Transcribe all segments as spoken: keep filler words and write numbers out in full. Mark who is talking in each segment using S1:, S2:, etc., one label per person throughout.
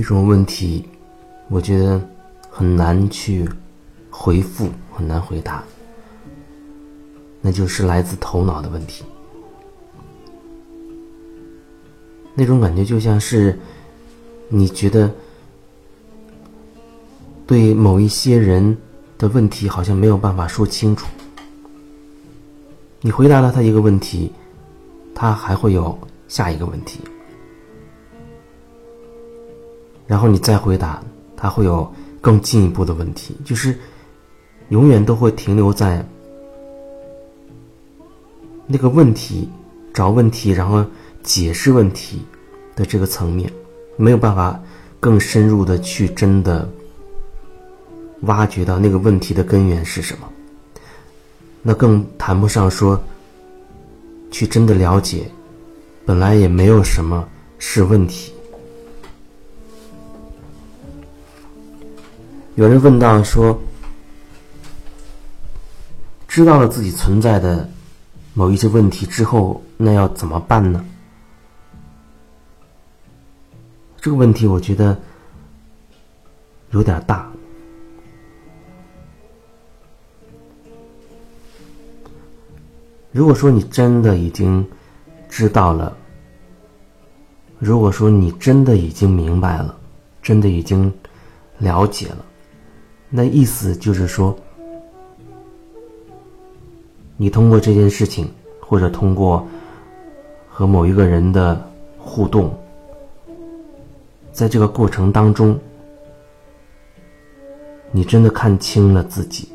S1: 种问题，我觉得很难去回复，很难回答，那就是来自头脑的问题。那种感觉就像是你觉得对某一些人的问题好像没有办法说清楚，你回答了他一个问题，他还会有下一个问题，然后你再回答，他会有更进一步的问题，就是永远都会停留在那个问题，找问题然后解释问题的这个层面，没有办法更深入的去真的挖掘到那个问题的根源是什么，那更谈不上说去真的了解本来也没有什么是问题。有人问到说，知道了自己存在的某一些问题之后，那要怎么办呢？这个问题我觉得有点大。如果说你真的已经知道了，如果说你真的已经明白了，真的已经了解了，那意思就是说，你通过这件事情，或者通过和某一个人的互动，在这个过程当中，你真的看清了自己。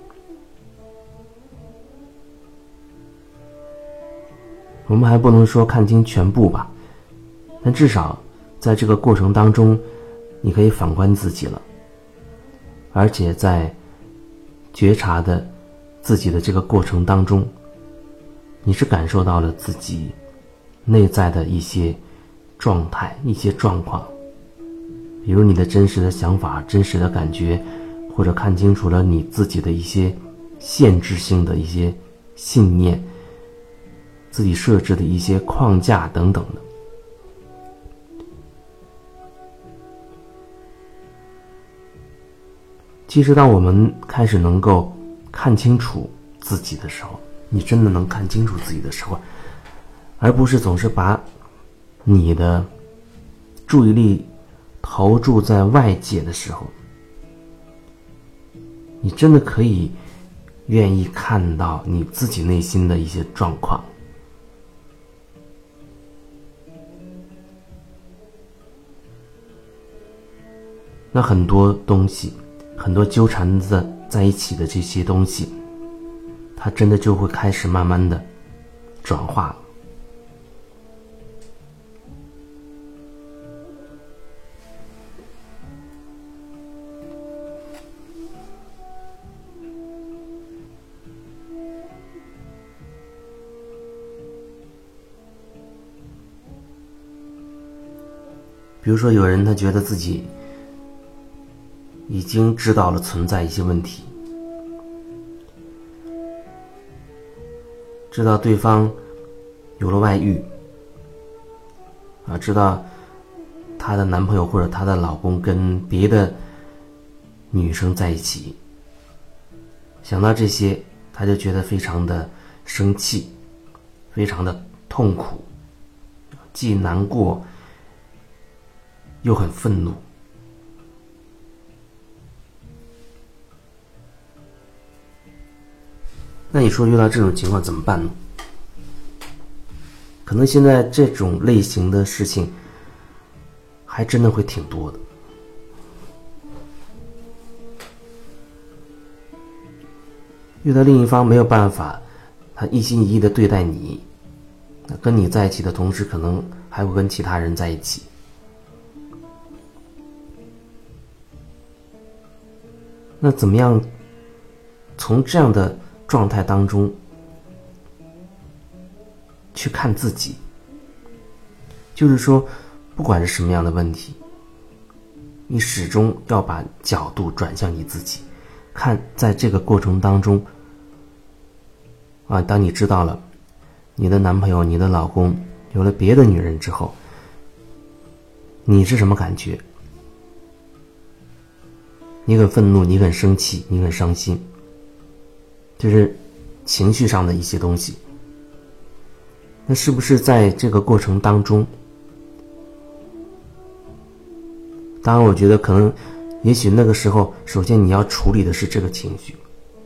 S1: 我们还不能说看清全部吧，但至少在这个过程当中，你可以反观自己了，而且在觉察的自己的这个过程当中，你是感受到了自己内在的一些状态，一些状况，比如你的真实的想法，真实的感觉，或者看清楚了你自己的一些限制性的一些信念，自己设置的一些框架等等的。其实当我们开始能够看清楚自己的时候，你真的能看清楚自己的时候，而不是总是把你的注意力投注在外界的时候，你真的可以愿意看到你自己内心的一些状况。那很多东西，很多纠缠在在一起的这些东西，它真的就会开始慢慢的转化了。比如说有人他觉得自己已经知道了存在一些问题，知道对方有了外遇啊，知道她的男朋友或者她的老公跟别的女生在一起，想到这些她就觉得非常的生气，非常的痛苦，既难过又很愤怒。那你说遇到这种情况怎么办呢？可能现在这种类型的事情还真的会挺多的。遇到另一方没有办法，他一心一意的对待你，跟你在一起的同时可能还会跟其他人在一起。那怎么样从这样的状态当中去看自己？就是说不管是什么样的问题，你始终要把角度转向你自己，看在这个过程当中啊，当你知道了你的男朋友你的老公有了别的女人之后，你是什么感觉？ 你很愤怒，你很生气，你很伤心，这是情绪上的一些东西。那是不是在这个过程当中，当然我觉得可能也许那个时候首先你要处理的是这个情绪，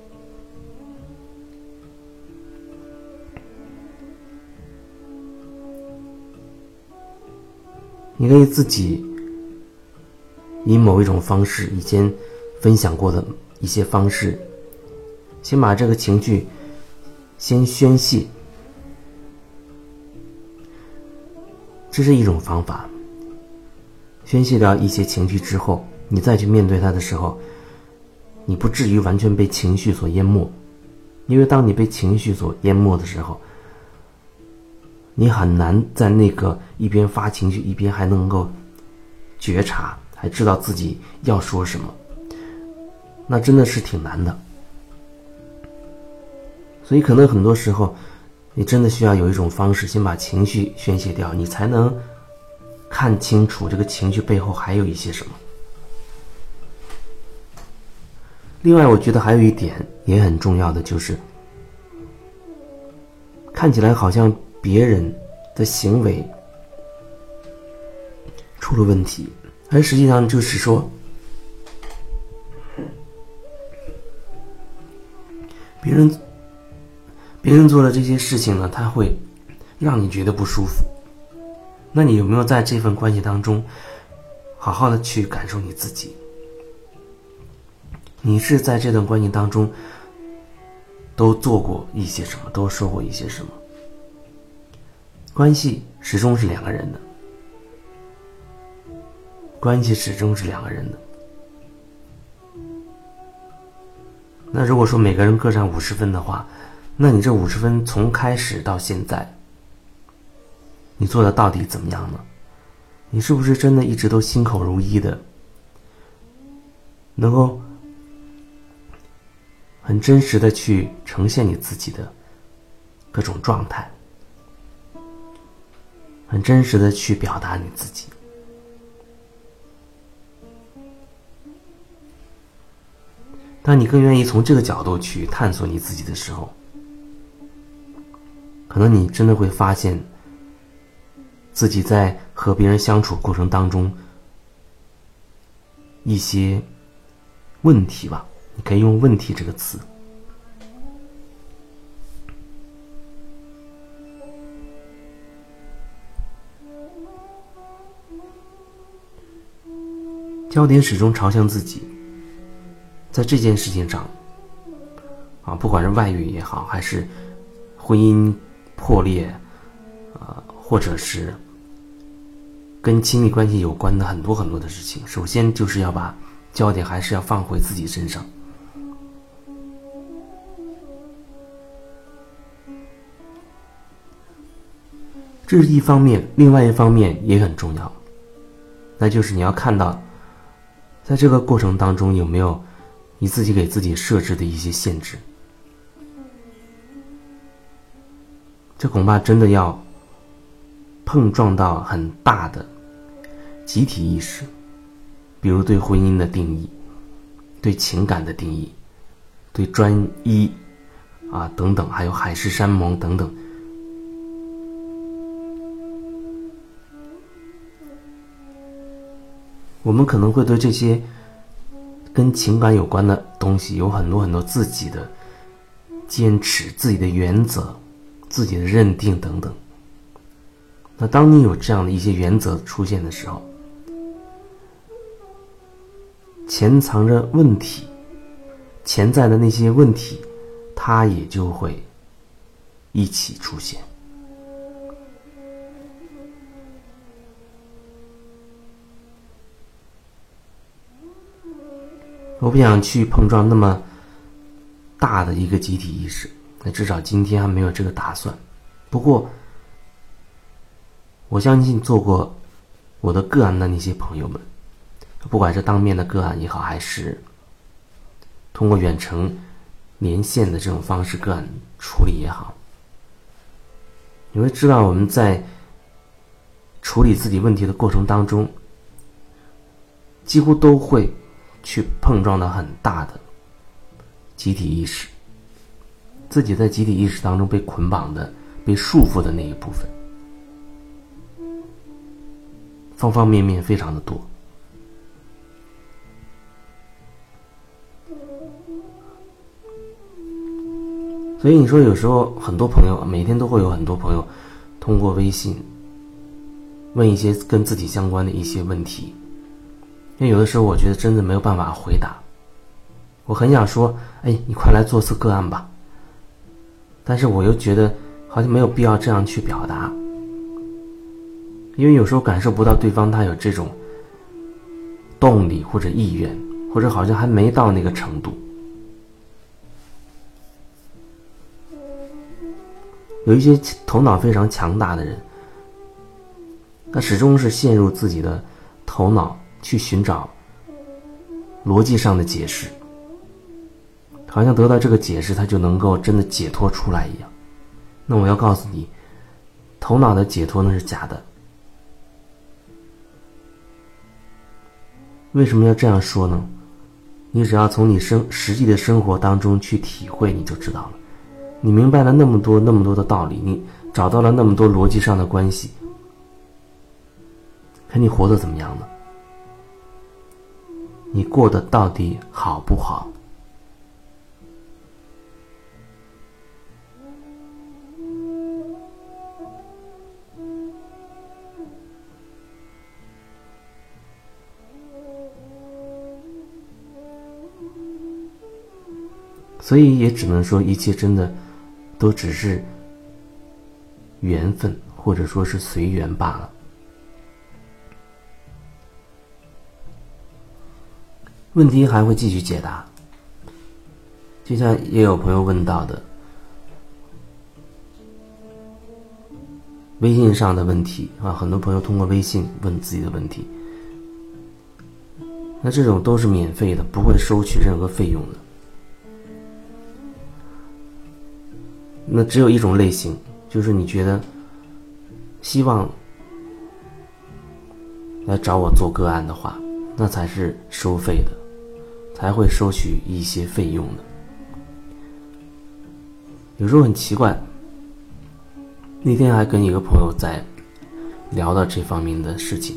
S1: 你可以自己以某一种方式，以前分享过的一些方式，先把这个情绪先宣泄，这是一种方法。宣泄掉一些情绪之后，你再去面对它的时候，你不至于完全被情绪所淹没。因为当你被情绪所淹没的时候，你很难在那个一边发情绪一边还能够觉察，还知道自己要说什么，那真的是挺难的。所以可能很多时候你真的需要有一种方式先把情绪宣泄掉，你才能看清楚这个情绪背后还有一些什么。另外我觉得还有一点也很重要的，就是看起来好像别人的行为出了问题，而实际上就是说别人别人做的这些事情呢，他会让你觉得不舒服。那你有没有在这份关系当中好好的去感受你自己？你是在这段关系当中都做过一些什么，都说过一些什么？关系始终是两个人的，关系始终是两个人的。那如果说每个人各占五十分的话，那你这五十分从开始到现在，你做的到底怎么样呢？你是不是真的一直都心口如一的，能够很真实的去呈现你自己的各种状态，很真实的去表达你自己？当你更愿意从这个角度去探索你自己的时候，可能你真的会发现自己在和别人相处过程当中一些问题吧，你可以用问题这个词。焦点始终朝向自己，在这件事情上啊，不管是外遇也好，还是婚姻破裂，呃，或者是跟亲密关系有关的很多很多的事情，首先就是要把焦点还是要放回自己身上。这是一方面，另外一方面也很重要，那就是你要看到在这个过程当中有没有你自己给自己设置的一些限制。这恐怕真的要碰撞到很大的集体意识，比如对婚姻的定义，对情感的定义，对专一啊等等，还有海誓山盟等等。我们可能会对这些跟情感有关的东西有很多很多自己的坚持，自己的原则，自己的认定等等。那当你有这样的一些原则出现的时候，潜藏着问题，潜在的那些问题，它也就会一起出现。我不想去碰撞那么大的一个集体意识，那至少今天还没有这个打算。不过我相信做过我的个案的那些朋友们，不管是当面的个案也好，还是通过远程连线的这种方式个案处理也好，你会知道我们在处理自己问题的过程当中，几乎都会去碰撞到很大的集体意识，自己在集体意识当中被捆绑的、被束缚的那一部分，方方面面非常的多。所以你说有时候很多朋友，每天都会有很多朋友通过微信问一些跟自己相关的一些问题，因为有的时候我觉得真的没有办法回答，我很想说，哎，你快来做次个案吧，但是我又觉得好像没有必要这样去表达，因为有时候感受不到对方他有这种动力或者意愿，或者好像还没到那个程度。有一些头脑非常强大的人，他始终是陷入自己的头脑去寻找逻辑上的解释，好像得到这个解释他就能够真的解脱出来一样。那我要告诉你，头脑的解脱那是假的。为什么要这样说呢？你只要从你生实际的生活当中去体会，你就知道了。你明白了那么多那么多的道理，你找到了那么多逻辑上的关系，可你活得怎么样呢？你过得到底好不好？所以也只能说一切真的都只是缘分，或者说是随缘罢了。问题还会继续解答，就像也有朋友问到的微信上的问题啊，很多朋友通过微信问自己的问题，那这种都是免费的，不会收取任何费用的。那只有一种类型，就是你觉得希望来找我做个案的话，那才是收费的，才会收取一些费用的。有时候很奇怪，那天还跟一个朋友在聊到这方面的事情，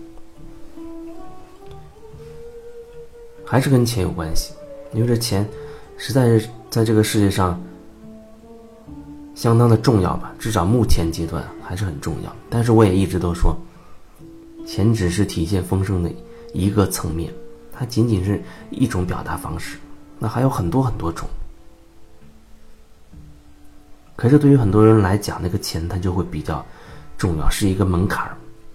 S1: 还是跟钱有关系，因为这钱实在是在这个世界上相当的重要吧，至少目前阶段还是很重要。但是我也一直都说，钱只是体现丰盛的一个层面，它仅仅是一种表达方式，那还有很多很多种。可是对于很多人来讲，那个钱它就会比较重要，是一个门槛。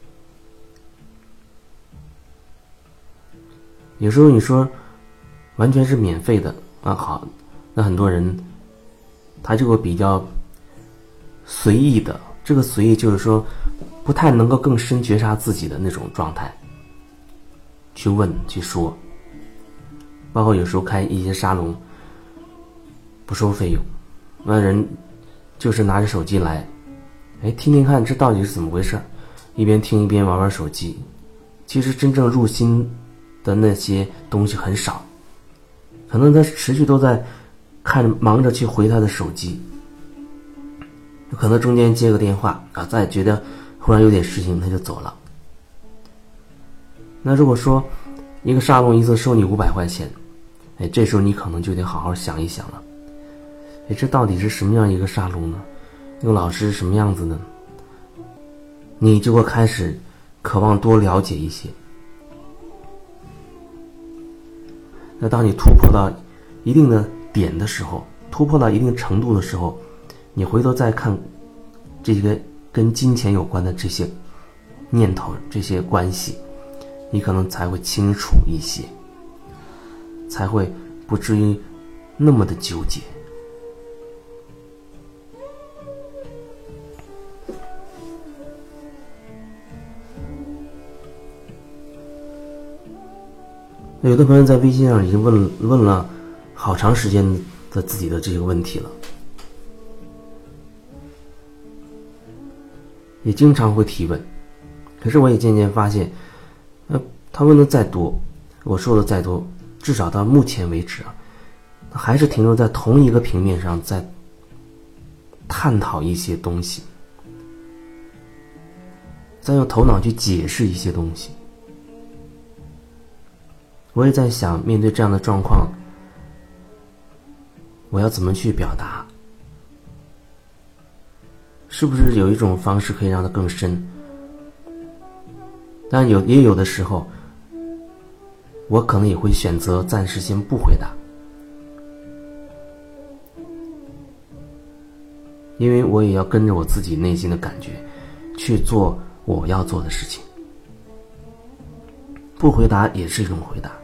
S1: 有时候你说完全是免费的啊，好，那很多人他就会比较随意的，这个随意就是说不太能够更深觉察自己的那种状态去问去说。包括有时候开一些沙龙不收费用，那人就是拿着手机来，哎，听听看这到底是怎么回事，一边听一边玩玩手机，其实真正入心的那些东西很少，可能他持续都在看忙着去回他的手机，可能中间接个电话啊，再觉得忽然有点事情他就走了。那如果说一个沙龙一次收你五百块钱，哎，这时候你可能就得好好想一想了，哎，这到底是什么样一个沙龙呢？那个老师是什么样子呢？你就会开始渴望多了解一些。那当你突破到一定的点的时候，突破到一定程度的时候，你回头再看这个跟金钱有关的这些念头，这些关系，你可能才会清楚一些，才会不至于那么的纠结。有的朋友在微信上已经问问了好长时间的自己的这个问题了，也经常会提问，可是我也渐渐发现，呃，他问的再多，我说的再多， 至少到目前为止啊，还是停留在同一个平面上，在探讨一些东西，在用头脑去解释一些东西。我也在想，面对这样的状况，我要怎么去表达？是不是有一种方式可以让它更深？但有也有的时候，我可能也会选择暂时先不回答，因为我也要跟着我自己内心的感觉去做我要做的事情。不回答也是一种回答。